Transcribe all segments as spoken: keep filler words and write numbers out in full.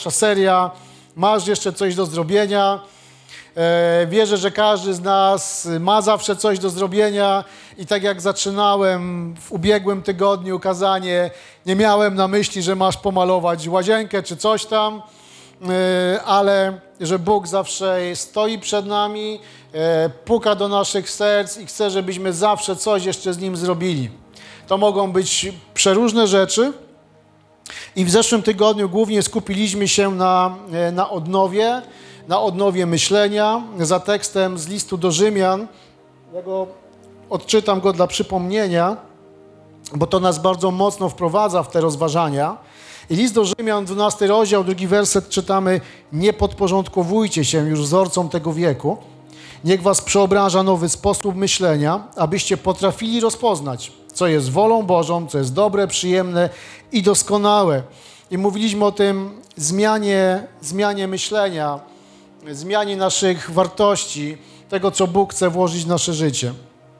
nasza seria Masz jeszcze coś do zrobienia. Wierzę, że każdy z nas ma zawsze coś do zrobienia i tak jak zaczynałem w ubiegłym tygodniu kazanie, nie miałem na myśli, że masz pomalować łazienkę czy coś tam, ale że Bóg zawsze stoi przed nami, puka do naszych serc i chce, żebyśmy zawsze coś jeszcze z Nim zrobili. To mogą być przeróżne rzeczy i w zeszłym tygodniu głównie skupiliśmy się na, na odnowie, na odnowie myślenia, za tekstem z listu do Rzymian. Ja go odczytam go dla przypomnienia, bo to nas bardzo mocno wprowadza w te rozważania. I list do Rzymian, dwunasty rozdział, drugi werset czytamy: nie podporządkowujcie się już wzorcom tego wieku, niech was przeobraża nowy sposób myślenia, abyście potrafili rozpoznać, co jest wolą Bożą, co jest dobre, przyjemne i doskonałe. I mówiliśmy o tym zmianie, zmianie myślenia, zmianie naszych wartości, tego, co Bóg chce włożyć w nasze życie.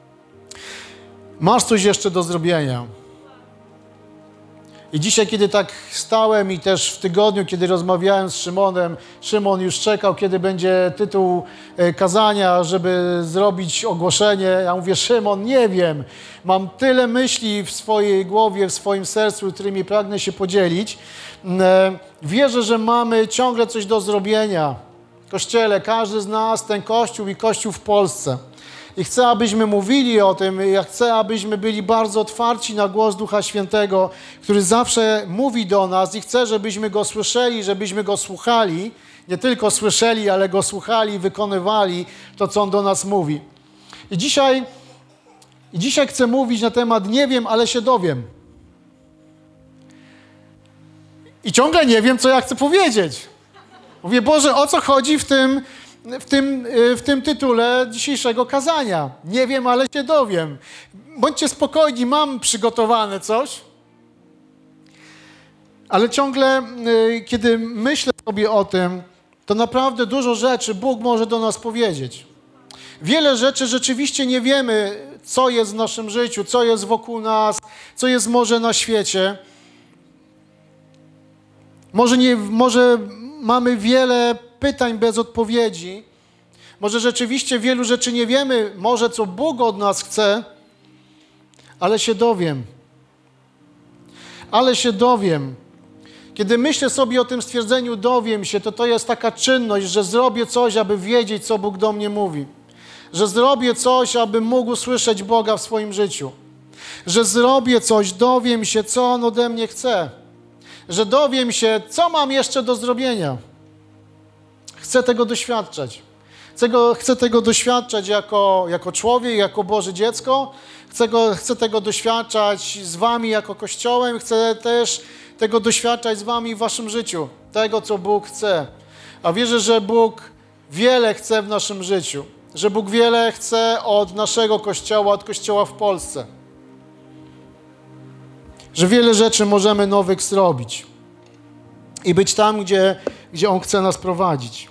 Masz coś jeszcze do zrobienia. I dzisiaj, kiedy tak stałem i też w tygodniu, kiedy rozmawiałem z Szymonem, Szymon już czekał, kiedy będzie tytuł kazania, żeby zrobić ogłoszenie. Ja mówię: Szymon, nie wiem, mam tyle myśli w swojej głowie, w swoim sercu, którymi pragnę się podzielić. Wierzę, że mamy ciągle coś do zrobienia. Kościele, każdy z nas, ten Kościół i Kościół w Polsce. I chcę, abyśmy mówili o tym, ja chcę, abyśmy byli bardzo otwarci na głos Ducha Świętego, który zawsze mówi do nas i chcę, żebyśmy Go słyszeli, żebyśmy Go słuchali. Nie tylko słyszeli, ale Go słuchali i wykonywali to, co On do nas mówi. I dzisiaj, i dzisiaj chcę mówić na temat nie wiem, ale się dowiem. I ciągle nie wiem, co ja chcę powiedzieć. Mówię: Boże, o co chodzi w tym, w tym, w tym tytule dzisiejszego kazania? Nie wiem, ale się dowiem. Bądźcie spokojni, mam przygotowane coś. Ale ciągle, kiedy myślę sobie o tym, to naprawdę dużo rzeczy Bóg może do nas powiedzieć. Wiele rzeczy rzeczywiście nie wiemy, co jest w naszym życiu, co jest wokół nas, co jest może na świecie. Może, nie, może mamy wiele pytań bez odpowiedzi. Może rzeczywiście wielu rzeczy nie wiemy, może co Bóg od nas chce, ale się dowiem. Ale się dowiem. Kiedy myślę sobie o tym stwierdzeniu dowiem się, to to jest taka czynność, że zrobię coś, aby wiedzieć, co Bóg do mnie mówi. Że zrobię coś, aby mógł słyszeć Boga w swoim życiu. Że zrobię coś, dowiem się, co On ode mnie chce. Że dowiem się, co mam jeszcze do zrobienia. Chcę tego doświadczać. Chcę, go, chcę tego doświadczać jako, jako człowiek, jako Boże dziecko. Chcę, go, chcę tego doświadczać z wami jako Kościołem. Chcę też tego doświadczać z wami w waszym życiu. Tego, co Bóg chce. A wierzę, że Bóg wiele chce w naszym życiu. Że Bóg wiele chce od naszego Kościoła, od Kościoła w Polsce. Że wiele rzeczy możemy nowych zrobić. I być tam, gdzie, gdzie On chce nas prowadzić.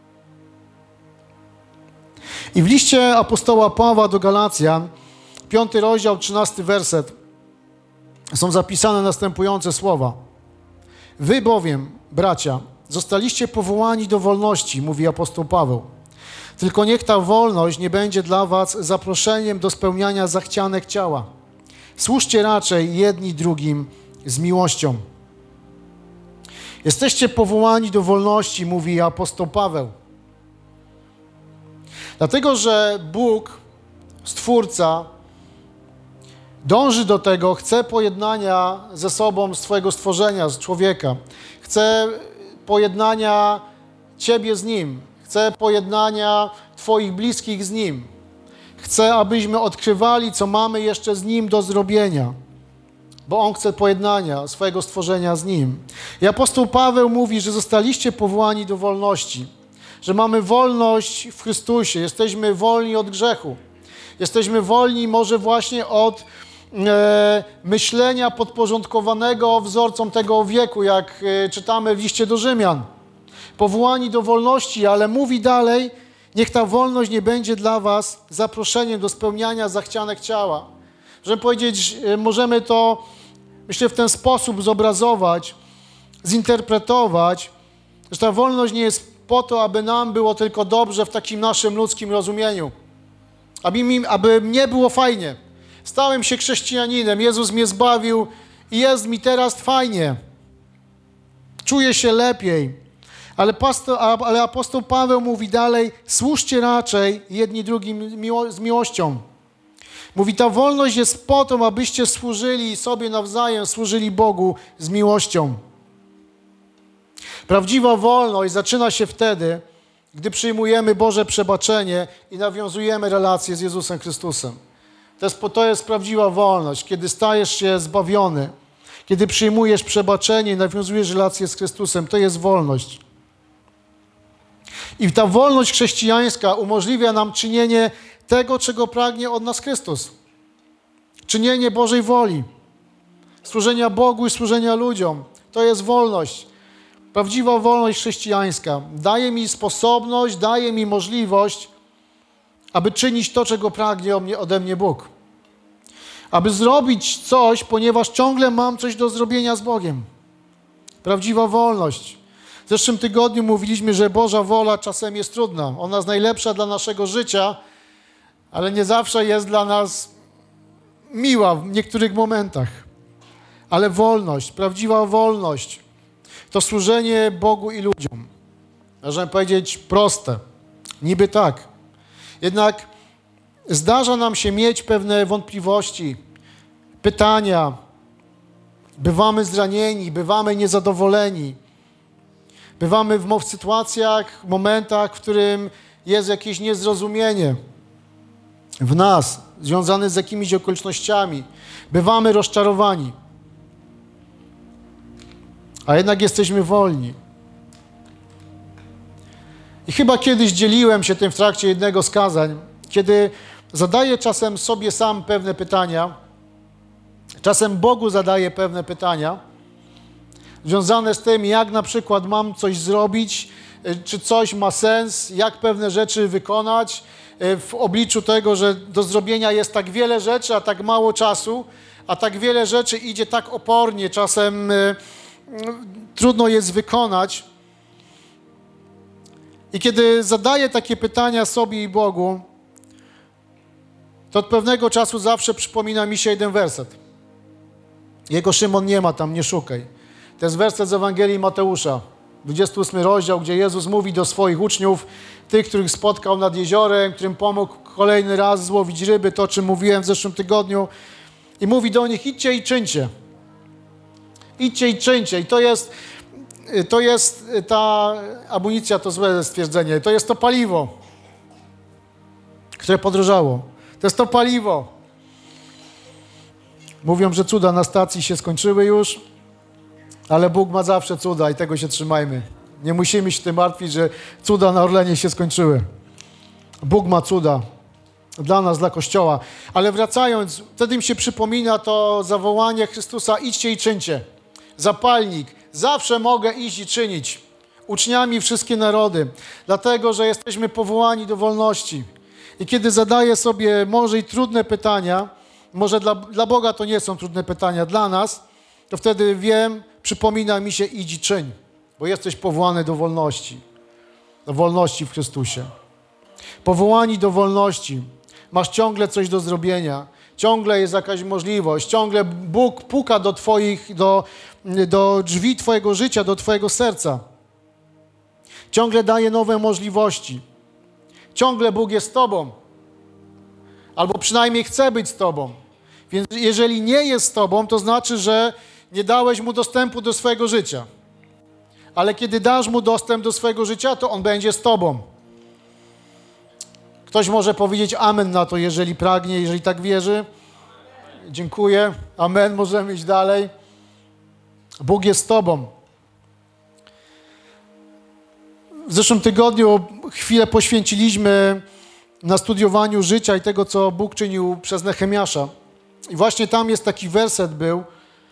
I w liście apostoła Pawła do Galacjan, piąty rozdział, trzynasty werset, są zapisane następujące słowa. Wy bowiem, bracia, zostaliście powołani do wolności, mówi apostoł Paweł. Tylko niech ta wolność nie będzie dla was zaproszeniem do spełniania zachcianek ciała. Służcie raczej jedni drugim z miłością. Jesteście powołani do wolności, mówi apostoł Paweł. Dlatego, że Bóg, Stwórca, dąży do tego, chce pojednania ze sobą, z twojego stworzenia, z człowieka. Chce pojednania ciebie z Nim. Chce pojednania twoich bliskich z Nim. Chce, abyśmy odkrywali, co mamy jeszcze z Nim do zrobienia. Bo On chce pojednania swojego stworzenia z Nim. I apostoł Paweł mówi, że zostaliście powołani do wolności. Że mamy wolność w Chrystusie. Jesteśmy wolni od grzechu. Jesteśmy wolni może właśnie od e, myślenia podporządkowanego wzorcom tego wieku, jak e, czytamy w liście do Rzymian. Powołani do wolności, ale mówi dalej, niech ta wolność nie będzie dla was zaproszeniem do spełniania zachcianek ciała. Żeby powiedzieć, możemy to, myślę, w ten sposób zobrazować, zinterpretować, że ta wolność nie jest po to, aby nam było tylko dobrze w takim naszym ludzkim rozumieniu. Aby, mi, aby mnie było fajnie. Stałem się chrześcijaninem, Jezus mnie zbawił i jest mi teraz fajnie. Czuję się lepiej. Ale, pastor, ale apostoł Paweł mówi dalej, służcie raczej jedni drugim miło, z miłością. Mówi, ta wolność jest po to, abyście służyli sobie nawzajem, służyli Bogu z miłością. Prawdziwa wolność zaczyna się wtedy, gdy przyjmujemy Boże przebaczenie i nawiązujemy relacje z Jezusem Chrystusem. To jest, to jest prawdziwa wolność, kiedy stajesz się zbawiony, kiedy przyjmujesz przebaczenie i nawiązujesz relacje z Chrystusem. To jest wolność. I ta wolność chrześcijańska umożliwia nam czynienie tego, czego pragnie od nas Chrystus. Czynienie Bożej woli. Służenia Bogu i służenia ludziom. To jest wolność. Prawdziwa wolność chrześcijańska. Daje mi sposobność, daje mi możliwość, aby czynić to, czego pragnie ode mnie Bóg. Aby zrobić coś, ponieważ ciągle mam coś do zrobienia z Bogiem. Prawdziwa wolność. W zeszłym tygodniu mówiliśmy, że Boża wola czasem jest trudna. Ona jest najlepsza dla naszego życia, ale nie zawsze jest dla nas miła w niektórych momentach. Ale wolność, prawdziwa wolność to służenie Bogu i ludziom. Możemy powiedzieć proste. Niby tak. Jednak zdarza nam się mieć pewne wątpliwości, pytania. Bywamy zranieni, bywamy niezadowoleni. Bywamy w sytuacjach, momentach, w którym jest jakieś niezrozumienie w nas, związane z jakimiś okolicznościami. Bywamy rozczarowani. A jednak jesteśmy wolni. I chyba kiedyś dzieliłem się tym w trakcie jednego z kazań, kiedy zadaję czasem sobie sam pewne pytania, czasem Bogu zadaję pewne pytania, związane z tym, jak na przykład mam coś zrobić, czy coś ma sens, jak pewne rzeczy wykonać, w obliczu tego, że do zrobienia jest tak wiele rzeczy, a tak mało czasu, a tak wiele rzeczy idzie tak opornie, czasem y, trudno jest wykonać. I kiedy zadaję takie pytania sobie i Bogu, to od pewnego czasu zawsze przypomina mi się jeden werset. Jego Szymon nie ma tam, nie szukaj. To jest werset z Ewangelii Mateusza, dwudziesty ósmy rozdział, gdzie Jezus mówi do swoich uczniów, tych, których spotkał nad jeziorem, którym pomógł kolejny raz złowić ryby, to, o czym mówiłem w zeszłym tygodniu. I mówi do nich, idźcie i czyńcie. Idźcie i czyńcie. I to jest, to jest ta amunicja, to złe stwierdzenie, to jest to paliwo, które podrożało. To jest to paliwo. Mówią, że cuda na stacji się skończyły już, ale Bóg ma zawsze cuda i tego się trzymajmy. Nie musimy się tym martwić, że cuda na Orlenie się skończyły. Bóg ma cuda dla nas, dla Kościoła. Ale wracając, wtedy mi się przypomina to zawołanie Chrystusa, idźcie i czyńcie. Zapalnik. Zawsze mogę iść i czynić. Uczniami wszystkie narody. Dlatego, że jesteśmy powołani do wolności. I kiedy zadaję sobie może i trudne pytania, może dla, dla Boga to nie są trudne pytania, dla nas, to wtedy wiem, przypomina mi się idź i czyń, bo jesteś powołany do wolności, do wolności w Chrystusie. Powołani do wolności. Masz ciągle coś do zrobienia, ciągle jest jakaś możliwość, ciągle Bóg puka do twoich, do, do drzwi twojego życia, do twojego serca. Ciągle daje nowe możliwości. Ciągle Bóg jest z tobą. Albo przynajmniej chce być z tobą. Więc jeżeli nie jest z tobą, to znaczy, że nie dałeś mu dostępu do swojego życia. Ale kiedy dasz mu dostęp do swojego życia, to on będzie z tobą. Ktoś może powiedzieć amen na to, jeżeli pragnie, jeżeli tak wierzy. Dziękuję. Amen. Możemy iść dalej. Bóg jest z tobą. W zeszłym tygodniu chwilę poświęciliśmy na studiowaniu życia i tego, co Bóg czynił przez Nehemiasza. I właśnie tam jest taki werset był.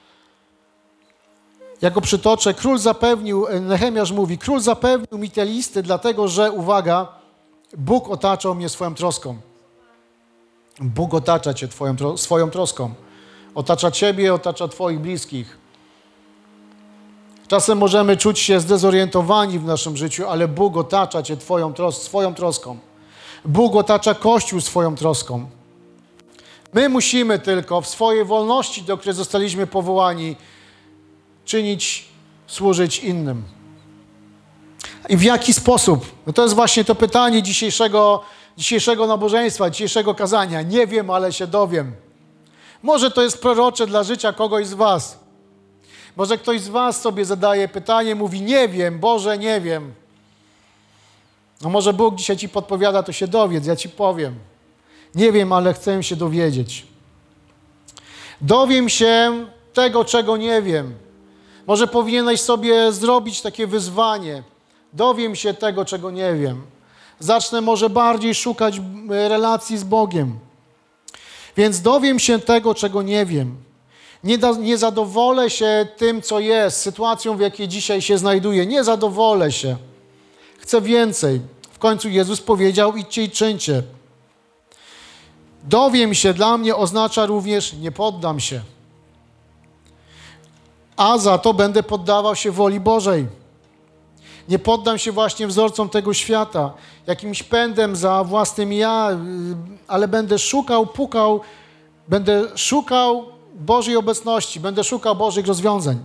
Ja go przytoczę. Król zapewnił, Nehemiasz mówi, król zapewnił mi te listy, dlatego że, uwaga, Bóg otaczał mnie swoją troską. Bóg otacza cię twoją, swoją troską. Otacza ciebie, otacza twoich bliskich. Czasem możemy czuć się zdezorientowani w naszym życiu, ale Bóg otacza cię twoją tros- swoją troską. Bóg otacza Kościół swoją troską. My musimy tylko w swojej wolności, do której zostaliśmy powołani, czynić, służyć innym. I w jaki sposób? No to jest właśnie to pytanie dzisiejszego, dzisiejszego nabożeństwa, dzisiejszego kazania. Nie wiem, ale się dowiem. Może to jest prorocze dla życia kogoś z was. Może ktoś z was sobie zadaje pytanie, mówi nie wiem, Boże, nie wiem. No może Bóg dzisiaj ci podpowiada, to się dowiedz, ja ci powiem. Nie wiem, ale chcę się dowiedzieć. Dowiem się tego, czego nie wiem. Może powinieneś sobie zrobić takie wyzwanie. Dowiem się tego, czego nie wiem. Zacznę może bardziej szukać relacji z Bogiem. Więc dowiem się tego, czego nie wiem. Nie, da, nie zadowolę się tym, co jest, sytuacją, w jakiej dzisiaj się znajduję. Nie zadowolę się. Chcę więcej. W końcu Jezus powiedział, idźcie i czyńcie. Dowiem się dla mnie oznacza również nie poddam się. A za to będę poddawał się woli Bożej. Nie poddam się właśnie wzorcom tego świata, jakimś pędem za własnym ja, ale będę szukał, pukał, będę szukał Bożej obecności, będę szukał Bożych rozwiązań.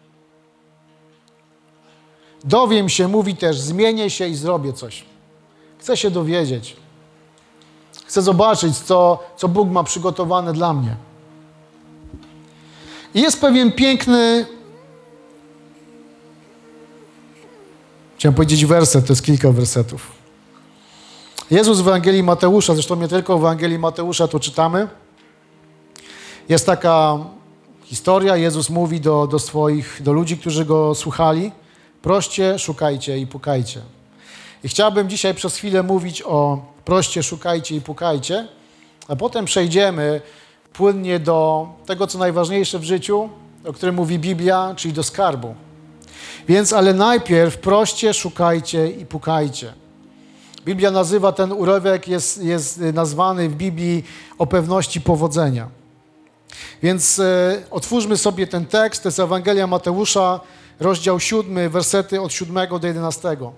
Dowiem się, mówi też, zmienię się i zrobię coś. Chcę się dowiedzieć. Chcę zobaczyć, co, co Bóg ma przygotowane dla mnie. I jest pewien piękny, chciałem powiedzieć werset, to jest kilka wersetów. Jezus w Ewangelii Mateusza, zresztą nie tylko w Ewangelii Mateusza to czytamy, jest taka historia, Jezus mówi do, do swoich, do ludzi, którzy Go słuchali, proście, szukajcie i pukajcie. I chciałbym dzisiaj przez chwilę mówić o proście, szukajcie i pukajcie, a potem przejdziemy płynnie do tego, co najważniejsze w życiu, o którym mówi Biblia, czyli do skarbu. Więc, ale najpierw proście, szukajcie i pukajcie. Biblia nazywa ten urywek, jest, jest nazwany w Biblii o pewności powodzenia. Więc e, otwórzmy sobie ten tekst, to jest Ewangelia Mateusza, rozdział siódmy, wersety od siódmego do jedenastego.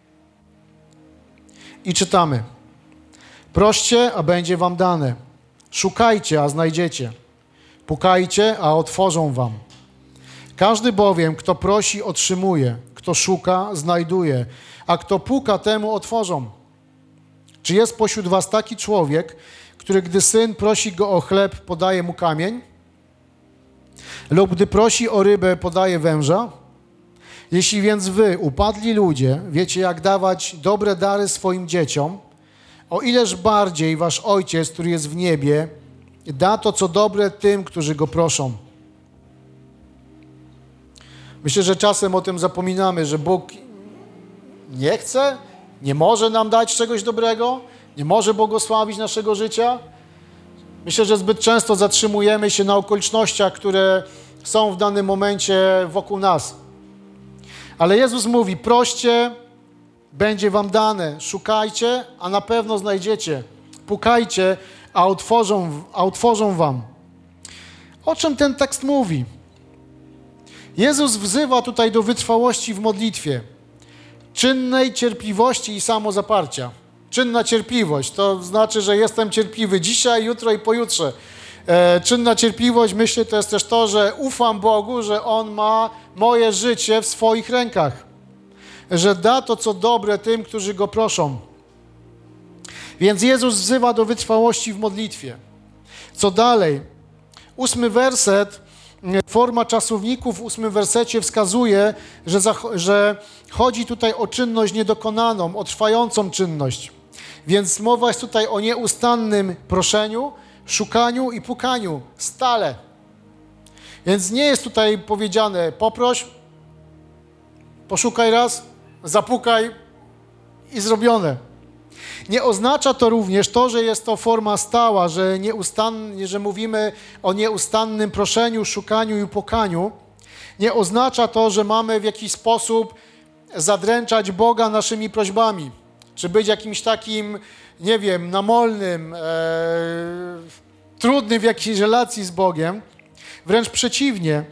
I czytamy. Proście, a będzie wam dane. Szukajcie, a znajdziecie. Pukajcie, a otworzą wam. Każdy bowiem, kto prosi, otrzymuje. Kto szuka, znajduje. A kto puka, temu otworzą. Czy jest pośród was taki człowiek, który gdy syn prosi go o chleb, podaje mu kamień? Lub gdy prosi o rybę, podaje węża? Jeśli więc wy, upadli ludzie, wiecie jak dawać dobre dary swoim dzieciom, o ileż bardziej wasz Ojciec, który jest w niebie, da to, co dobre tym, którzy Go proszą. Myślę, że czasem o tym zapominamy, że Bóg nie chce, nie może nam dać czegoś dobrego, nie może błogosławić naszego życia. Myślę, że zbyt często zatrzymujemy się na okolicznościach, które są w danym momencie wokół nas. Ale Jezus mówi, proście, będzie wam dane, szukajcie, a na pewno znajdziecie. Pukajcie, a otworzą, a otworzą wam. O czym ten tekst mówi? Jezus wzywa tutaj do wytrwałości w modlitwie, czynnej cierpliwości i samozaparcia. Czynna cierpliwość, to znaczy, że jestem cierpliwy dzisiaj, jutro i pojutrze. E, czynna cierpliwość, myślę, to jest też to, że ufam Bogu, że On ma moje życie w swoich rękach. Że da to, co dobre tym, którzy Go proszą. Więc Jezus wzywa do wytrwałości w modlitwie. Co dalej? Ósmy werset, forma czasowników w ósmym wersecie wskazuje, że, za, że chodzi tutaj o czynność niedokonaną, o trwającą czynność. Więc mowa jest tutaj o nieustannym proszeniu, szukaniu i pukaniu. Stale. Więc nie jest tutaj powiedziane poproś, poszukaj raz, zapukaj i zrobione. Nie oznacza to również to, że jest to forma stała, że, nieustannie, że mówimy o nieustannym proszeniu, szukaniu i pukaniu. Nie oznacza to, że mamy w jakiś sposób zadręczać Boga naszymi prośbami, czy być jakimś takim, nie wiem, namolnym, e, trudnym w jakiejś relacji z Bogiem. Wręcz przeciwnie.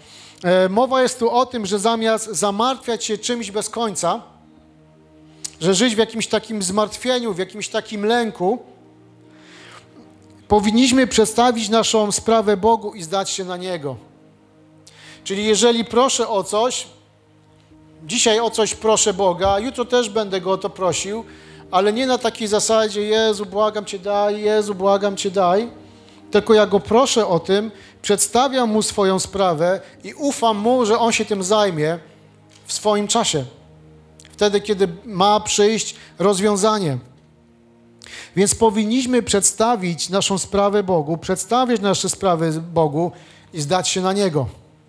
Mowa jest tu o tym, że zamiast zamartwiać się czymś bez końca, że żyć w jakimś takim zmartwieniu, w jakimś takim lęku, powinniśmy przedstawić naszą sprawę Bogu i zdać się na Niego. Czyli jeżeli proszę o coś, dzisiaj o coś proszę Boga, jutro też będę Go o to prosił, ale nie na takiej zasadzie, Jezu, błagam Cię daj, Jezu, błagam Cię daj, tylko ja Go proszę o tym, przedstawiam Mu swoją sprawę i ufam Mu, że On się tym zajmie w swoim czasie. Wtedy, kiedy ma przyjść rozwiązanie. Więc powinniśmy przedstawić naszą sprawę Bogu, przedstawić nasze sprawy Bogu i zdać się na Niego.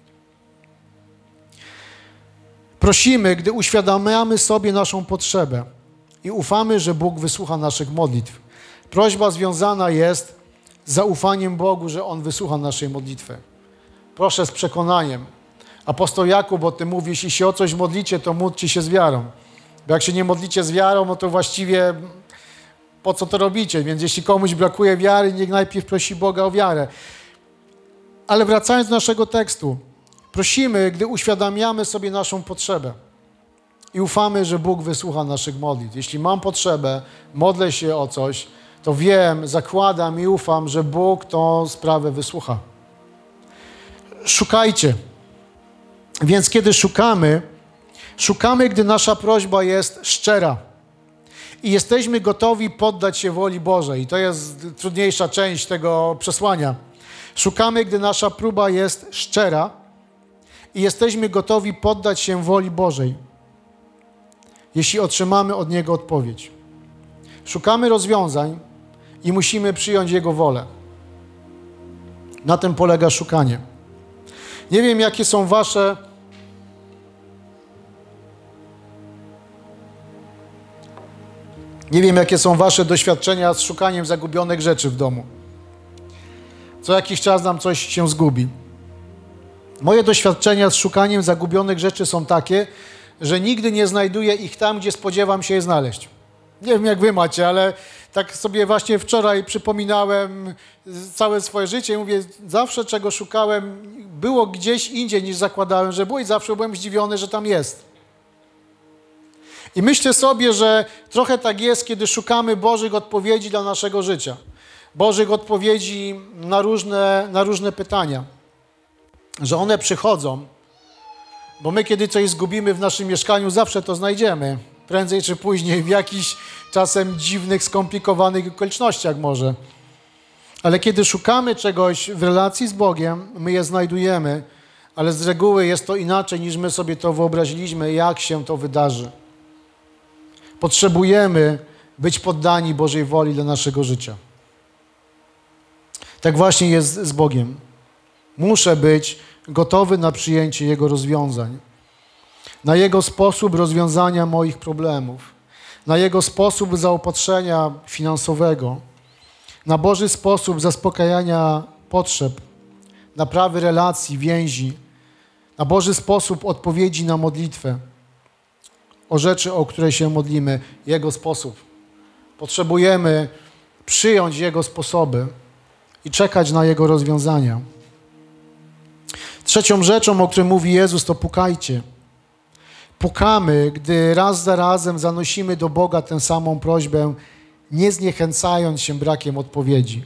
Prosimy, gdy uświadamiamy sobie naszą potrzebę i ufamy, że Bóg wysłucha naszych modlitw. Prośba związana jest z zaufaniem Bogu, że On wysłucha naszej modlitwy. Proszę z przekonaniem. Apostoł Jakub o tym mówi, jeśli się o coś modlicie, to módlcie się z wiarą. Bo jak się nie modlicie z wiarą, no to właściwie po co to robicie? Więc jeśli komuś brakuje wiary, niech najpierw prosi Boga o wiarę. Ale wracając do naszego tekstu, prosimy, gdy uświadamiamy sobie naszą potrzebę i ufamy, że Bóg wysłucha naszych modlitw. Jeśli mam potrzebę, modlę się o coś, to wiem, zakładam i ufam, że Bóg tą sprawę wysłucha. Szukajcie. Więc kiedy szukamy, szukamy, gdy nasza prośba jest szczera i jesteśmy gotowi poddać się woli Bożej. I to jest trudniejsza część tego przesłania. Szukamy, gdy nasza próba jest szczera i jesteśmy gotowi poddać się woli Bożej, jeśli otrzymamy od Niego odpowiedź. Szukamy rozwiązań i musimy przyjąć Jego wolę. Na tym polega szukanie. Nie wiem, jakie są wasze Nie wiem, jakie są wasze doświadczenia z szukaniem zagubionych rzeczy w domu. Co jakiś czas nam coś się zgubi. Moje doświadczenia z szukaniem zagubionych rzeczy są takie, że nigdy nie znajduję ich tam, gdzie spodziewam się je znaleźć. Nie wiem, jak wy macie, ale tak sobie właśnie wczoraj przypominałem całe swoje życie i mówię, zawsze czego szukałem, było gdzieś indziej niż zakładałem, że było i zawsze byłem zdziwiony, że tam jest. I myślę sobie, że trochę tak jest, kiedy szukamy Bożych odpowiedzi dla naszego życia. Bożych odpowiedzi na różne, na różne pytania. Że one przychodzą, bo my kiedy coś zgubimy w naszym mieszkaniu, zawsze to znajdziemy. Prędzej czy później, w jakichś czasem dziwnych, skomplikowanych okolicznościach może. Ale kiedy szukamy czegoś w relacji z Bogiem, my je znajdujemy, ale z reguły jest to inaczej, niż my sobie to wyobraziliśmy, jak się to wydarzy. Potrzebujemy być poddani Bożej woli dla naszego życia. Tak właśnie jest z Bogiem. Muszę być gotowy na przyjęcie Jego rozwiązań, na Jego sposób rozwiązania moich problemów, na Jego sposób zaopatrzenia finansowego, na Boży sposób zaspokajania potrzeb, naprawy relacji, więzi, na Boży sposób odpowiedzi na modlitwę, o rzeczy, o które się modlimy, Jego sposób. Potrzebujemy przyjąć Jego sposoby i czekać na Jego rozwiązania. Trzecią rzeczą, o której mówi Jezus, to pukajcie. Pukamy, gdy raz za razem zanosimy do Boga tę samą prośbę, nie zniechęcając się brakiem odpowiedzi.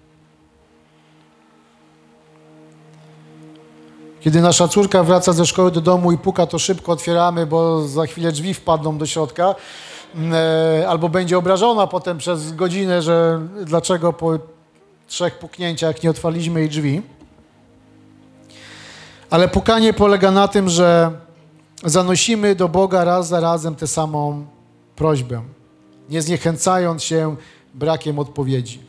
Kiedy nasza córka wraca ze szkoły do domu i puka, to szybko otwieramy, bo za chwilę drzwi wpadną do środka. Albo będzie obrażona potem przez godzinę, że dlaczego po trzech puknięciach nie otwarliśmy jej drzwi. Ale pukanie polega na tym, że zanosimy do Boga raz za razem tę samą prośbę, nie zniechęcając się brakiem odpowiedzi.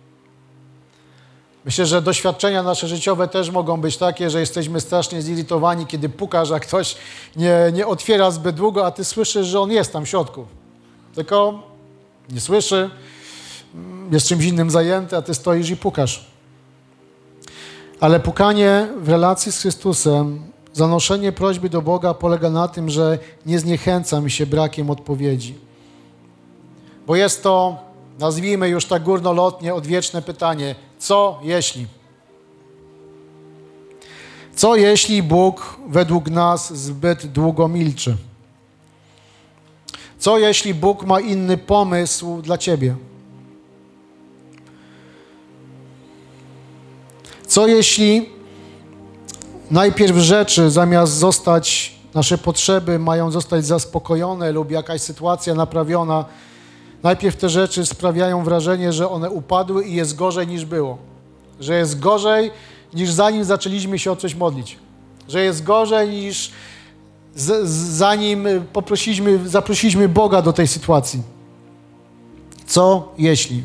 Myślę, że doświadczenia nasze życiowe też mogą być takie, że jesteśmy strasznie zirytowani, kiedy pukasz, a ktoś nie, nie otwiera zbyt długo, a ty słyszysz, że on jest tam w środku. Tylko nie słyszy, jest czymś innym zajęty, a ty stoisz i pukasz. Ale pukanie w relacji z Chrystusem, zanoszenie prośby do Boga polega na tym, że nie zniechęcam się brakiem odpowiedzi. Bo jest to, nazwijmy już tak górnolotnie, odwieczne pytanie, co jeśli? Co jeśli Bóg według nas zbyt długo milczy? Co jeśli Bóg ma inny pomysł dla ciebie? Co jeśli najpierw rzeczy, zamiast zostać, nasze potrzeby mają zostać zaspokojone lub jakaś sytuacja naprawiona, najpierw te rzeczy sprawiają wrażenie, że one upadły i jest gorzej niż było. Że jest gorzej niż zanim zaczęliśmy się o coś modlić. Że jest gorzej niż z, zanim poprosiliśmy, zaprosiliśmy Boga do tej sytuacji. Co jeśli?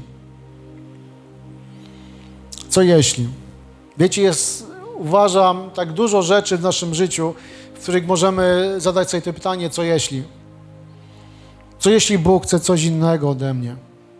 Co jeśli? Wiecie, jest, uważam, tak dużo rzeczy w naszym życiu, w których możemy zadać sobie to pytanie, co jeśli? Co jeśli Bóg chce coś innego ode mnie?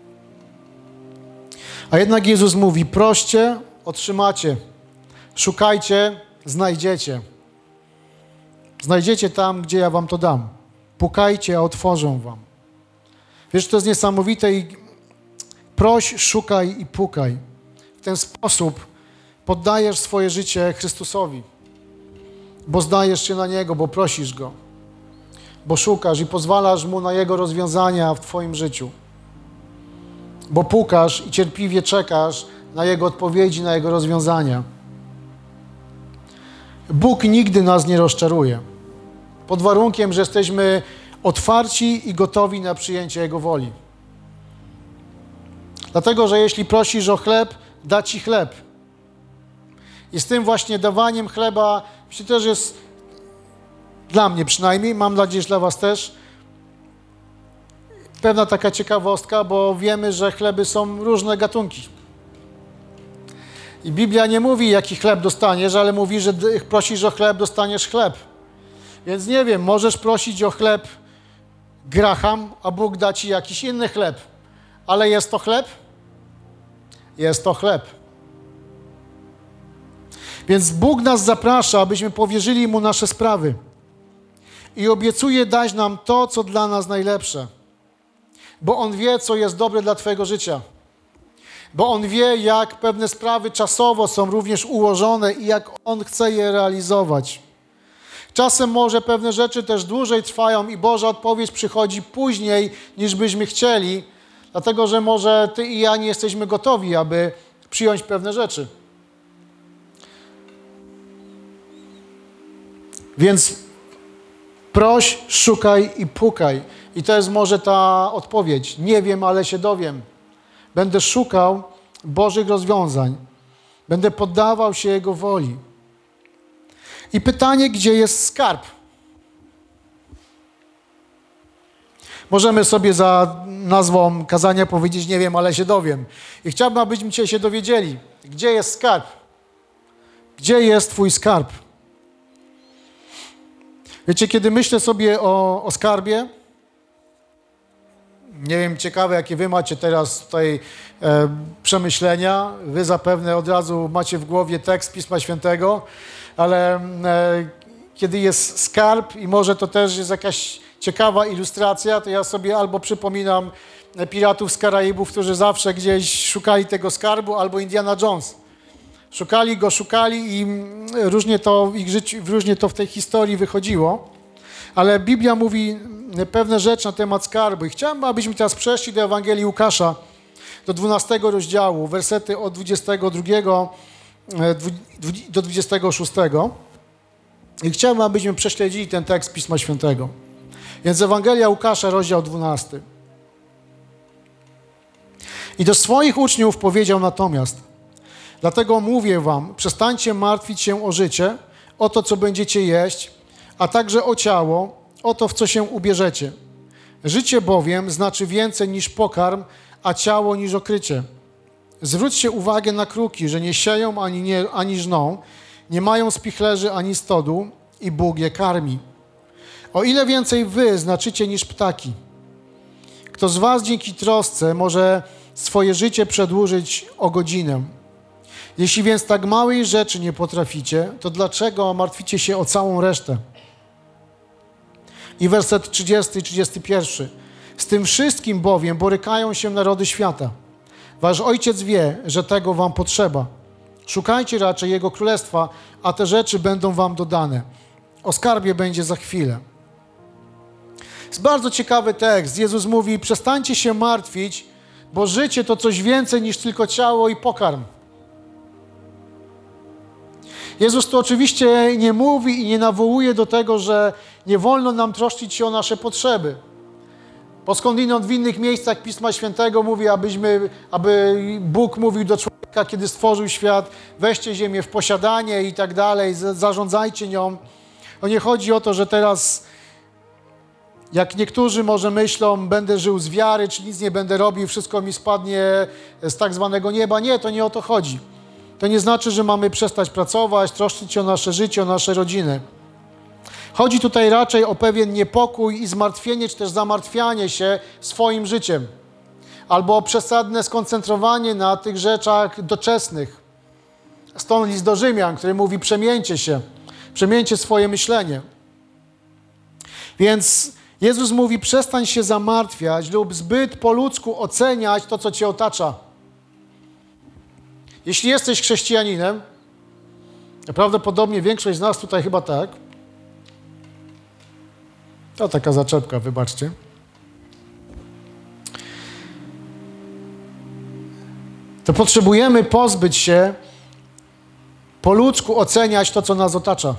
A jednak Jezus mówi, proście, otrzymacie, szukajcie, znajdziecie. Znajdziecie tam, gdzie ja wam to dam. Pukajcie, a otworzę wam. Wiesz, to jest niesamowite i proś, szukaj i pukaj. W ten sposób poddajesz swoje życie Chrystusowi, bo zdajesz się na Niego, bo prosisz Go, bo szukasz i pozwalasz Mu na Jego rozwiązania w twoim życiu, bo pukasz i cierpliwie czekasz na Jego odpowiedzi, na Jego rozwiązania. Bóg nigdy nas nie rozczaruje, pod warunkiem, że jesteśmy otwarci i gotowi na przyjęcie Jego woli. Dlatego, że jeśli prosisz o chleb, da ci chleb. I z tym właśnie dawaniem chleba, myślę, też jest, dla mnie przynajmniej, mam nadzieję, że dla was też, pewna taka ciekawostka, bo wiemy, że chleby są różne gatunki. I Biblia nie mówi, jaki chleb dostaniesz, ale mówi, że prosisz o chleb, dostaniesz chleb. Więc nie wiem, możesz prosić o chleb Graham, a Bóg da ci jakiś inny chleb. Ale jest to chleb? Jest to chleb. Więc Bóg nas zaprasza, abyśmy powierzyli Mu nasze sprawy. I obiecuje dać nam to, co dla nas najlepsze. Bo On wie, co jest dobre dla twojego życia. Bo On wie, jak pewne sprawy czasowo są również ułożone i jak On chce je realizować. Czasem może pewne rzeczy też dłużej trwają i Boża odpowiedź przychodzi później, niż byśmy chcieli, dlatego że może ty i ja nie jesteśmy gotowi, aby przyjąć pewne rzeczy. Więc proś, szukaj i pukaj. I to jest może ta odpowiedź. Nie wiem, ale się dowiem. Będę szukał Bożych rozwiązań. Będę poddawał się Jego woli. I pytanie, gdzie jest skarb? Możemy sobie za nazwą kazania powiedzieć, nie wiem, ale się dowiem. I chciałbym, abyśmy dzisiaj się dowiedzieli, gdzie jest skarb? Gdzie jest twój skarb? Wiecie, kiedy myślę sobie o, o skarbie, nie wiem, ciekawe, jakie wy macie teraz tutaj e, przemyślenia. Wy zapewne od razu macie w głowie tekst Pisma Świętego, ale e, kiedy jest skarb i może to też jest jakaś ciekawa ilustracja, to ja sobie albo przypominam piratów z Karaibów, którzy zawsze gdzieś szukali tego skarbu, albo Indiana Jones. Szukali go, szukali i różnie to w ich życiu, różnie to w tej historii wychodziło. Ale Biblia mówi pewne rzeczy na temat skarbu. I chciałem, abyśmy teraz przeszli do Ewangelii Łukasza, do dwunastego rozdziału, wersety od dwudziestego drugiego do dwudziestego szóstego. I chciałem, abyśmy prześledzili ten tekst Pisma Świętego. Więc Ewangelia Łukasza, rozdział dwunasty. I do swoich uczniów powiedział natomiast: dlatego mówię wam, przestańcie martwić się o życie, o to, co będziecie jeść, a także o ciało, o to, w co się ubierzecie. Życie bowiem znaczy więcej niż pokarm, a ciało niż okrycie. Zwróćcie uwagę na kruki, że nie sieją ani, nie, ani żną, nie mają spichlerzy ani stodu i Bóg je karmi. O ile więcej wy znaczycie niż ptaki. Kto z was dzięki trosce może swoje życie przedłużyć o godzinę? Jeśli więc tak małej rzeczy nie potraficie, to dlaczego martwicie się o całą resztę? I werset trzydziesty i trzydziesty pierwszy. Z tym wszystkim bowiem borykają się narody świata. Wasz Ojciec wie, że tego wam potrzeba. Szukajcie raczej Jego Królestwa, a te rzeczy będą wam dodane. O skarbie będzie za chwilę. Jest bardzo ciekawy tekst. Jezus mówi, przestańcie się martwić, bo życie to coś więcej niż tylko ciało i pokarm. Jezus tu oczywiście nie mówi i nie nawołuje do tego, że nie wolno nam troszczyć się o nasze potrzeby. Bo skądinąd w innych miejscach Pisma Świętego mówi, abyśmy, aby Bóg mówił do człowieka, kiedy stworzył świat, weźcie ziemię w posiadanie i tak dalej, zarządzajcie nią. To nie chodzi o to, że teraz, jak niektórzy może myślą, będę żył z wiary, czy nic nie będę robił, wszystko mi spadnie z tak zwanego nieba. Nie, to nie o to chodzi. To nie znaczy, że mamy przestać pracować, troszczyć się o nasze życie, o nasze rodziny. Chodzi tutaj raczej o pewien niepokój i zmartwienie, czy też zamartwianie się swoim życiem. Albo o przesadne skoncentrowanie na tych rzeczach doczesnych. Stąd list do Rzymian, który mówi, przemieńcie się, przemieńcie swoje myślenie. Więc Jezus mówi, przestań się zamartwiać lub zbyt po ludzku oceniać to, co cię otacza. Jeśli jesteś chrześcijaninem, prawdopodobnie większość z nas tutaj chyba tak, to taka zaczepka, wybaczcie. To potrzebujemy pozbyć się, po ludzku oceniać to, co nas otacza.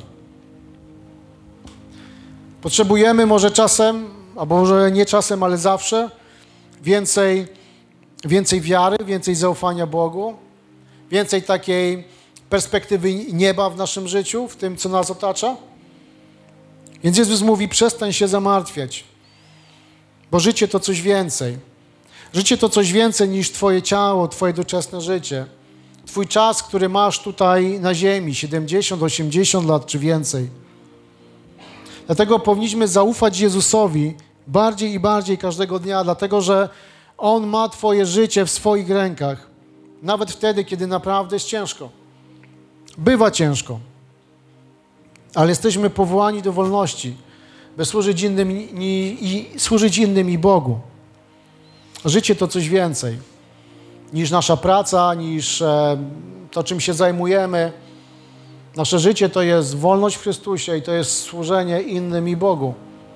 Potrzebujemy może czasem, albo może nie czasem, ale zawsze więcej, więcej wiary, więcej zaufania Bogu, więcej takiej perspektywy nieba w naszym życiu, w tym, co nas otacza. Więc Jezus mówi, przestań się zamartwiać, bo życie to coś więcej. Życie to coś więcej niż twoje ciało, twoje doczesne życie. Twój czas, który masz tutaj na ziemi, siedemdziesiąt, osiemdziesiąt lat czy więcej. Dlatego powinniśmy zaufać Jezusowi bardziej i bardziej każdego dnia, dlatego że On ma twoje życie w swoich rękach. Nawet wtedy, kiedy naprawdę jest ciężko. Bywa ciężko. Ale jesteśmy powołani do wolności, by służyć innym i, i, służyć innym i Bogu. Życie to coś więcej niż nasza praca, niż e, to, czym się zajmujemy. Nasze życie to jest wolność w Chrystusie i to jest służenie innym i Bogu.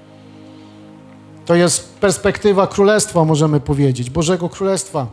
To jest perspektywa Królestwa, możemy powiedzieć, Bożego Królestwa.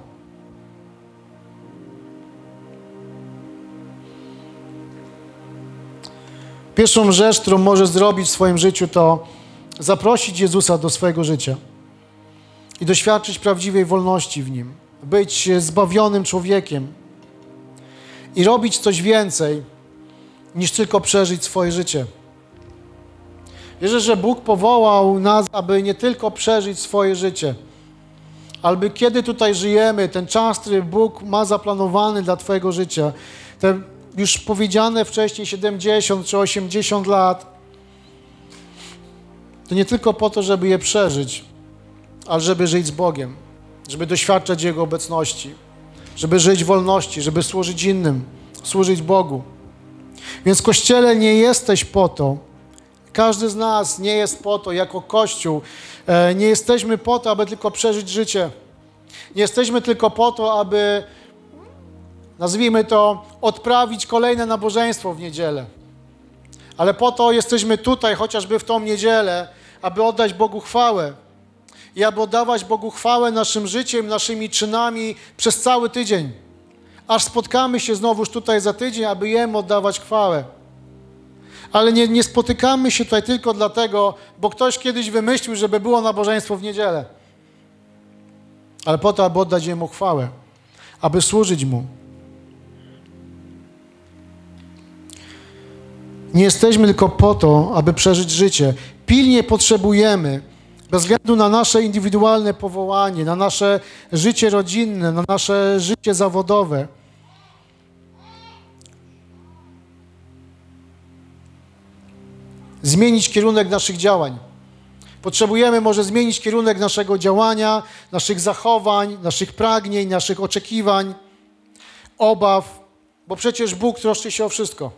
Pierwszą rzecz, którą możesz zrobić w swoim życiu, to zaprosić Jezusa do swojego życia i doświadczyć prawdziwej wolności w Nim. Być zbawionym człowiekiem i robić coś więcej, niż tylko przeżyć swoje życie. Wierzę, że Bóg powołał nas, aby nie tylko przeżyć swoje życie, ale by kiedy tutaj żyjemy, ten czas, który Bóg ma zaplanowany dla twojego życia, te już powiedziane wcześniej siedemdziesiąt czy osiemdziesiąt lat, to nie tylko po to, żeby je przeżyć, ale żeby żyć z Bogiem, żeby doświadczać Jego obecności, żeby żyć w wolności, żeby służyć innym, służyć Bogu. Więc w Kościele nie jesteś po to, każdy z nas nie jest po to, jako Kościół, nie jesteśmy po to, aby tylko przeżyć życie. Nie jesteśmy tylko po to, aby, nazwijmy to, odprawić kolejne nabożeństwo w niedzielę. Ale po to jesteśmy tutaj, chociażby w tą niedzielę, aby oddać Bogu chwałę. I aby oddawać Bogu chwałę naszym życiem, naszymi czynami przez cały tydzień. Aż spotkamy się znowuż tutaj za tydzień, aby Jemu oddawać chwałę. Ale nie, nie spotykamy się tutaj tylko dlatego, bo ktoś kiedyś wymyślił, żeby było nabożeństwo w niedzielę. Ale po to, aby oddać Jemu chwałę. Aby służyć Mu. Nie jesteśmy tylko po to, aby przeżyć życie. Pilnie potrzebujemy, bez względu na nasze indywidualne powołanie, na nasze życie rodzinne, na nasze życie zawodowe, zmienić kierunek naszych działań. Potrzebujemy może zmienić kierunek naszego działania, naszych zachowań, naszych pragnień, naszych oczekiwań, obaw, bo przecież Bóg troszczy się o wszystko.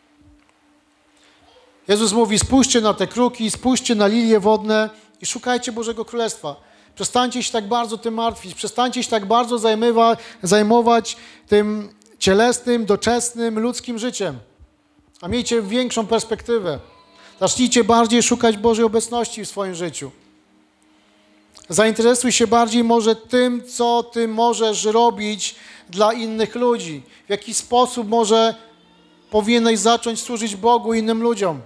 Jezus mówi, spójrzcie na te kruki, spójrzcie na lilie wodne i szukajcie Bożego Królestwa. Przestańcie się tak bardzo tym martwić, przestańcie się tak bardzo zajmować, zajmować tym cielesnym, doczesnym, ludzkim życiem, a miejcie większą perspektywę. Zacznijcie bardziej szukać Bożej obecności w swoim życiu. Zainteresuj się bardziej może tym, co Ty możesz robić dla innych ludzi. W jaki sposób może powinieneś zacząć służyć Bogu i innym ludziom.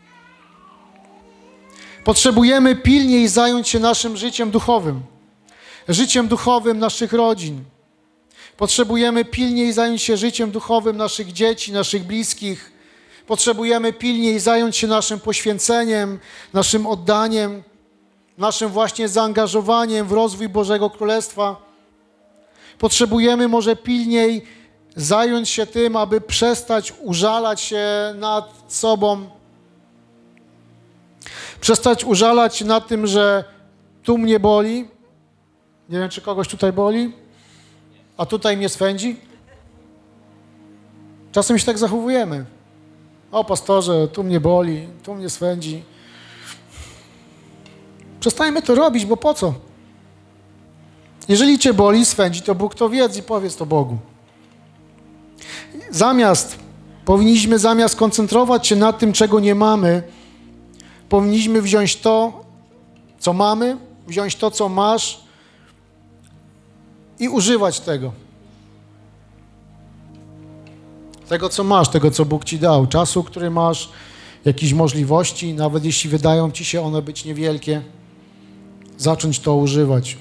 Potrzebujemy pilniej zająć się naszym życiem duchowym. Życiem duchowym naszych rodzin. Potrzebujemy pilniej zająć się życiem duchowym naszych dzieci, naszych bliskich. Potrzebujemy pilniej zająć się naszym poświęceniem, naszym oddaniem, naszym właśnie zaangażowaniem w rozwój Bożego Królestwa. Potrzebujemy może pilniej zająć się tym, aby przestać użalać się nad sobą. Przestać użalać się nad tym, że tu mnie boli. Nie wiem, czy kogoś tutaj boli, a tutaj mnie swędzi. Czasem się tak zachowujemy. O, pastorze, tu mnie boli, tu mnie swędzi. Przestańmy to robić, bo po co? Jeżeli cię boli, swędzi, to Bóg to wiedz i powiedz to Bogu. Zamiast, powinniśmy zamiast koncentrować się na tym, czego nie mamy, powinniśmy wziąć to, co mamy, wziąć to, co masz i używać tego. Tego, co masz, tego, co Bóg ci dał. Czasu, który masz, jakichś możliwości, nawet jeśli wydają ci się one być niewielkie, zacząć to używać.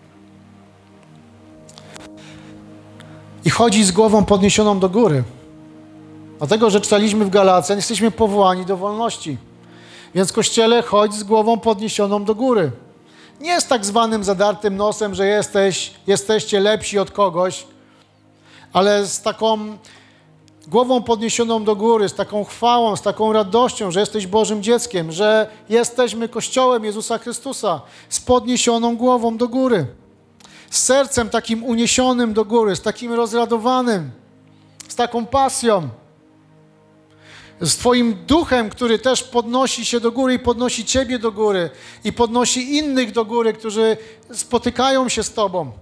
I chodzi z głową podniesioną do góry. Dlatego, że czytaliśmy w Galacjan, jesteśmy powołani do wolności. Więc Kościele, chodź z głową podniesioną do góry. Nie z tak zwanym zadartym nosem, że jesteś, jesteście lepsi od kogoś, ale z taką głową podniesioną do góry, z taką chwałą, z taką radością, że jesteś Bożym dzieckiem, że jesteśmy Kościołem Jezusa Chrystusa, z podniesioną głową do góry. Z sercem takim uniesionym do góry, z takim rozradowanym, z taką pasją. Z Twoim duchem, który też podnosi się do góry i podnosi Ciebie do góry i podnosi innych do góry, którzy spotykają się z Tobą.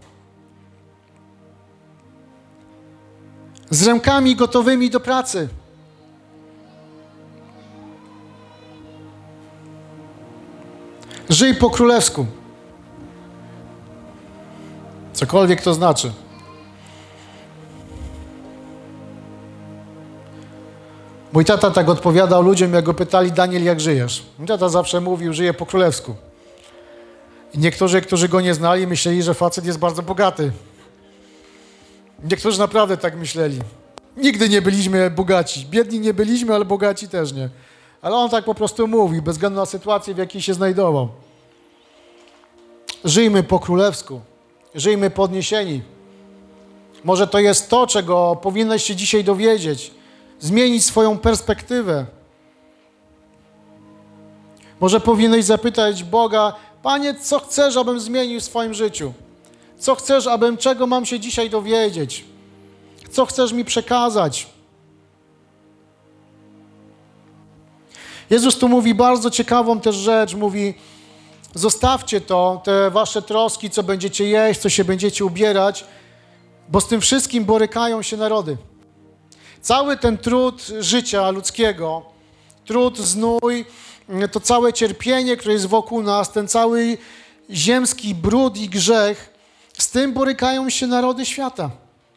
Z rękami gotowymi do pracy. Żyj po królewsku. Cokolwiek to znaczy. Mój tata tak odpowiadał ludziom, jak go pytali: Daniel, jak żyjesz? Mój tata zawsze mówił: żyję po królewsku. I niektórzy, którzy go nie znali, myśleli, że facet jest bardzo bogaty. Niektórzy naprawdę tak myśleli. Nigdy nie byliśmy bogaci. Biedni nie byliśmy, ale bogaci też nie. Ale on tak po prostu mówi, bez względu na sytuację, w jakiej się znajdował. Żyjmy po królewsku. Żyjmy podniesieni. Może to jest to, czego powinieneś się dzisiaj dowiedzieć. Zmienić swoją perspektywę. Może powinieneś zapytać Boga: Panie, co chcesz, abym zmienił w swoim życiu? Co chcesz, abym, czego mam się dzisiaj dowiedzieć? Co chcesz mi przekazać? Jezus tu mówi bardzo ciekawą też rzecz. Mówi: zostawcie to, te wasze troski, co będziecie jeść, co się będziecie ubierać, bo z tym wszystkim borykają się narody. Cały ten trud życia ludzkiego, trud, znój, to całe cierpienie, które jest wokół nas, ten cały ziemski brud i grzech, z tym borykają się narody świata.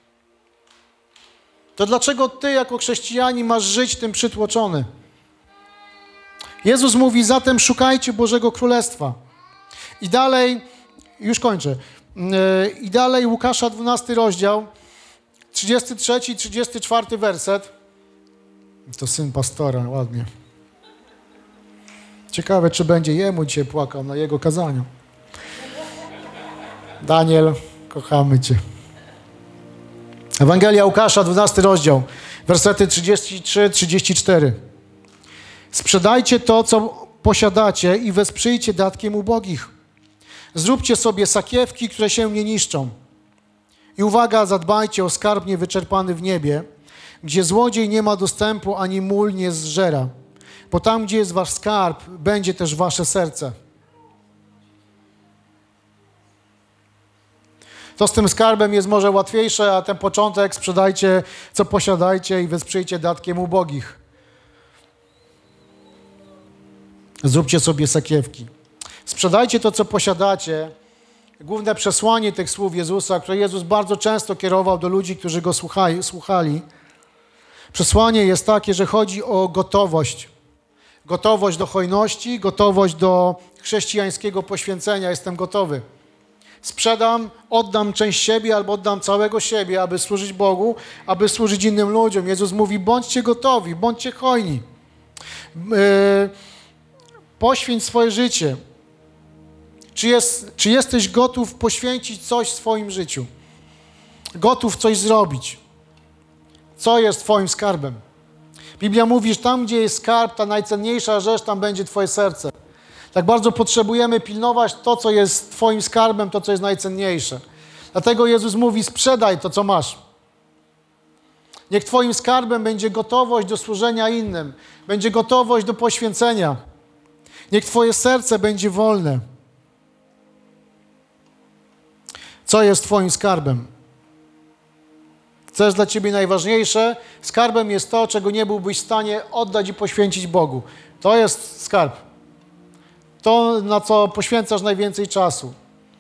To dlaczego ty jako chrześcijanin masz żyć tym przytłoczony? Jezus mówi: zatem szukajcie Bożego Królestwa. I dalej, już kończę, i dalej Łukasza dwunasty rozdział, trzydziesty trzeci i trzydziesty czwarty werset. To syn pastora, ładnie. Ciekawe, czy będzie jemu dzisiaj płakał na jego kazaniu. Daniel, kochamy Cię. Ewangelia Łukasza, dwunasty rozdział, wersety trzydziesty trzeci do trzydziestego czwartego. Sprzedajcie to, co posiadacie i wesprzyjcie datkiem ubogich. Zróbcie sobie sakiewki, które się nie niszczą. I uwaga, zadbajcie o skarb niewyczerpany w niebie, gdzie złodziej nie ma dostępu, ani mól nie zżera. Bo tam, gdzie jest wasz skarb, będzie też wasze serce. To z tym skarbem jest może łatwiejsze, a ten początek sprzedajcie, co posiadajcie i wesprzyjcie datkiem ubogich. Zróbcie sobie sakiewki. Sprzedajcie to, co posiadacie. Główne przesłanie tych słów Jezusa, które Jezus bardzo często kierował do ludzi, którzy Go słuchali, słuchali. Przesłanie jest takie, że chodzi o gotowość. Gotowość do hojności, gotowość do chrześcijańskiego poświęcenia. Jestem gotowy. Sprzedam, oddam część siebie albo oddam całego siebie, aby służyć Bogu, aby służyć innym ludziom. Jezus mówi, bądźcie gotowi, bądźcie hojni. Yy, poświęć swoje życie. Czy, jest, czy jesteś gotów poświęcić coś w swoim życiu? Gotów coś zrobić? Co jest twoim skarbem? Biblia mówi, że tam, gdzie jest skarb, ta najcenniejsza rzecz, tam będzie twoje serce. Tak bardzo potrzebujemy pilnować to, co jest twoim skarbem, to, co jest najcenniejsze. Dlatego Jezus mówi, sprzedaj to, co masz. Niech twoim skarbem będzie gotowość do służenia innym. Będzie gotowość do poświęcenia. Niech twoje serce będzie wolne. Co jest twoim skarbem? Co jest dla ciebie najważniejsze? Skarbem jest to, czego nie byłbyś w stanie oddać i poświęcić Bogu. To jest skarb. To, na co poświęcasz najwięcej czasu.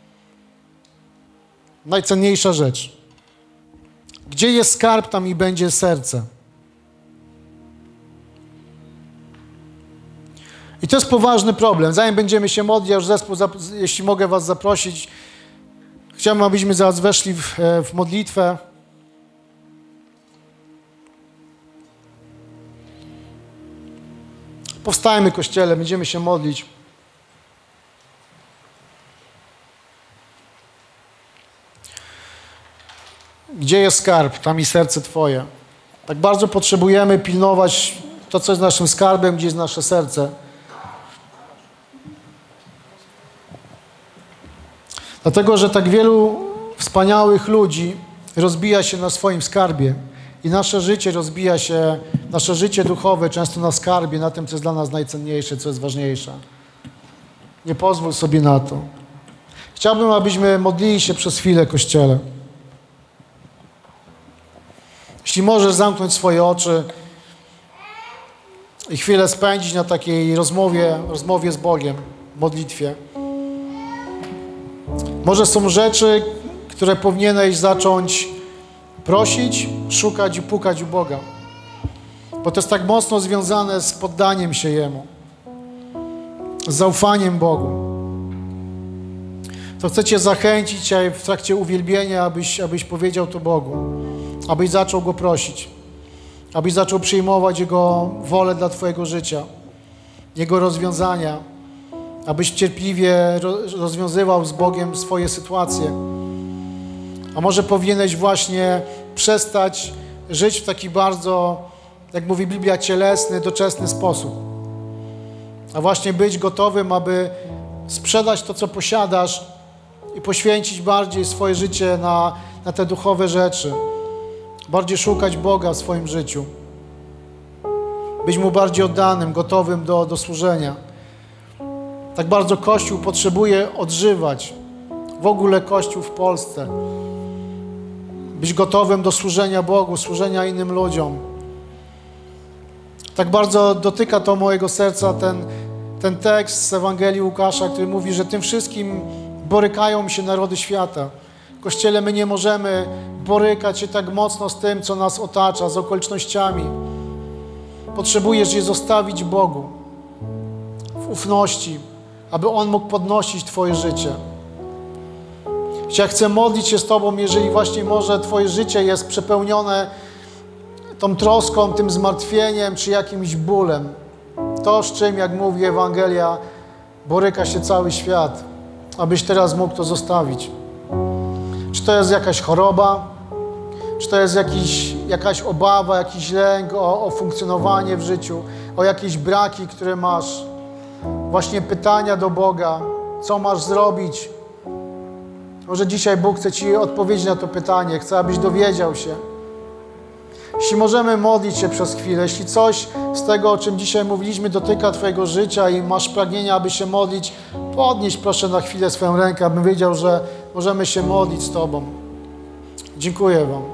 Najcenniejsza rzecz. Gdzie jest skarb, tam i będzie serce. I to jest poważny problem. Zanim będziemy się modlić, ja już zespół, jeśli mogę was zaprosić, chciałbym, abyśmy zaraz weszli w, w modlitwę. Powstajmy, Kościele, będziemy się modlić. Gdzie jest skarb, tam i serce Twoje. Tak bardzo potrzebujemy pilnować to, co jest naszym skarbem, gdzie jest nasze serce. Dlatego, że tak wielu wspaniałych ludzi rozbija się na swoim skarbie i nasze życie rozbija się, nasze życie duchowe często na skarbie, na tym, co jest dla nas najcenniejsze, co jest ważniejsze. Nie pozwól sobie na to. Chciałbym, abyśmy modlili się przez chwilę, Kościele. Jeśli możesz zamknąć swoje oczy i chwilę spędzić na takiej rozmowie, rozmowie z Bogiem, modlitwie. Może są rzeczy, które powinieneś zacząć prosić, szukać i pukać u Boga. Bo to jest tak mocno związane z poddaniem się Jemu, z zaufaniem Bogu. To chcę Cię zachęcić dzisiaj w trakcie uwielbienia, abyś, abyś powiedział to Bogu, abyś zaczął Go prosić, abyś zaczął przyjmować Jego wolę dla Twojego życia, Jego rozwiązania, abyś cierpliwie rozwiązywał z Bogiem swoje sytuacje. A może powinieneś właśnie przestać żyć w taki bardzo, jak mówi Biblia, cielesny, doczesny sposób. A właśnie być gotowym, aby sprzedać to, co posiadasz i poświęcić bardziej swoje życie na, na te duchowe rzeczy. Bardziej szukać Boga w swoim życiu. Być Mu bardziej oddanym, gotowym do, do służenia. Tak bardzo Kościół potrzebuje odżywać. W ogóle Kościół w Polsce. Być gotowym do służenia Bogu, służenia innym ludziom. Tak bardzo dotyka to mojego serca ten, ten tekst z Ewangelii Łukasza, który mówi, że tym wszystkim borykają się narody świata. W Kościele my nie możemy borykać się tak mocno z tym, co nas otacza, z okolicznościami. Potrzebujesz je zostawić Bogu w ufności, aby On mógł podnosić Twoje życie. Ja chcę modlić się z Tobą, jeżeli właśnie może Twoje życie jest przepełnione tą troską, tym zmartwieniem, czy jakimś bólem. To, z czym, jak mówi Ewangelia, boryka się cały świat, abyś teraz mógł to zostawić. Czy to jest jakaś choroba, czy to jest jakiś, jakaś obawa, jakiś lęk o, o funkcjonowanie w życiu, o jakieś braki, które masz. Właśnie pytania do Boga, co masz zrobić. Może dzisiaj Bóg chce Ci odpowiedzieć na to pytanie, chce, abyś dowiedział się. Jeśli możemy modlić się przez chwilę, jeśli coś z tego, o czym dzisiaj mówiliśmy, dotyka Twojego życia i masz pragnienia, aby się modlić, podnieś proszę na chwilę swoją rękę, abym wiedział, że możemy się modlić z Tobą. Dziękuję Wam.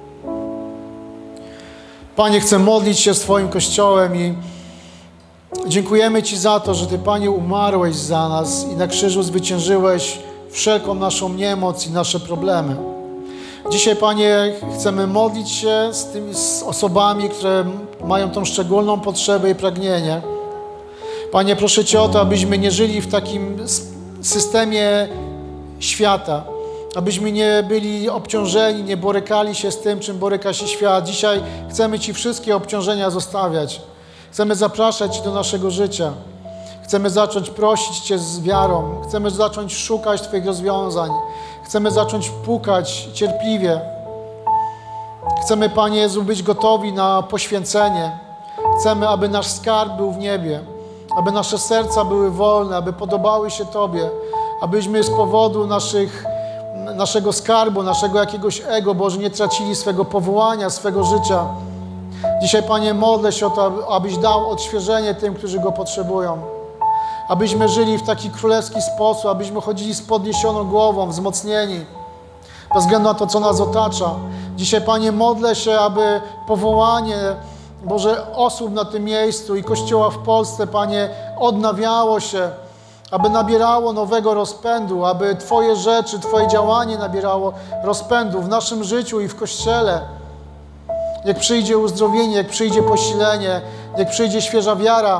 Panie, chcę modlić się z Twoim Kościołem i dziękujemy Ci za to, że Ty, Panie, umarłeś za nas i na krzyżu zwyciężyłeś wszelką naszą niemoc i nasze problemy. Dzisiaj, Panie, chcemy modlić się z tymi z osobami, które mają tą szczególną potrzebę i pragnienie. Panie, proszę Cię o to, abyśmy nie żyli w takim systemie świata, abyśmy nie byli obciążeni, nie borykali się z tym, czym boryka się świat. Dzisiaj chcemy Ci wszystkie obciążenia zostawiać. Chcemy zapraszać Cię do naszego życia. Chcemy zacząć prosić Cię z wiarą. Chcemy zacząć szukać Twoich rozwiązań. Chcemy zacząć pukać cierpliwie. Chcemy, Panie Jezu, być gotowi na poświęcenie. Chcemy, aby nasz skarb był w niebie, aby nasze serca były wolne, aby podobały się Tobie, abyśmy z powodu naszych, naszego skarbu, naszego jakiegoś ego, Boże, nie tracili swego powołania, swego życia. Dzisiaj, Panie, modlę się o to, abyś dał odświeżenie tym, którzy go potrzebują. Abyśmy żyli w taki królewski sposób, abyśmy chodzili z podniesioną głową, wzmocnieni, bez względu na to, co nas otacza. Dzisiaj, Panie, modlę się, aby powołanie, Boże, osób na tym miejscu i Kościoła w Polsce, Panie, odnawiało się, aby nabierało nowego rozpędu, aby Twoje rzeczy, Twoje działanie nabierało rozpędu w naszym życiu i w Kościele. Jak przyjdzie uzdrowienie, jak przyjdzie posilenie, jak przyjdzie świeża wiara.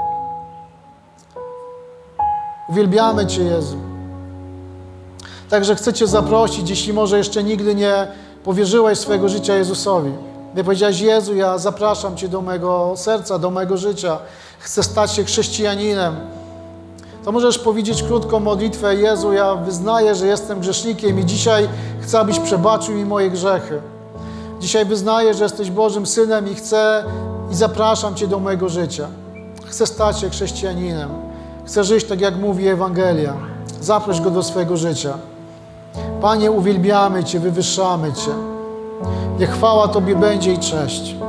Uwielbiamy Cię, Jezu. Także chcę Cię zaprosić, jeśli może jeszcze nigdy nie powierzyłeś swojego życia Jezusowi. Nie powiedziałeś: Jezu, ja zapraszam Cię do mojego serca, do mojego życia. Chcę stać się chrześcijaninem. To możesz powiedzieć krótką modlitwę: Jezu, ja wyznaję, że jestem grzesznikiem i dzisiaj chcę, abyś przebaczył mi moje grzechy. Dzisiaj wyznaję, że jesteś Bożym Synem i chcę i zapraszam Cię do mojego życia. Chcę stać się chrześcijaninem. Chcę żyć tak, jak mówi Ewangelia. Zaproś go do swojego życia. Panie, uwielbiamy Cię, wywyższamy Cię. Niech chwała Tobie będzie i cześć.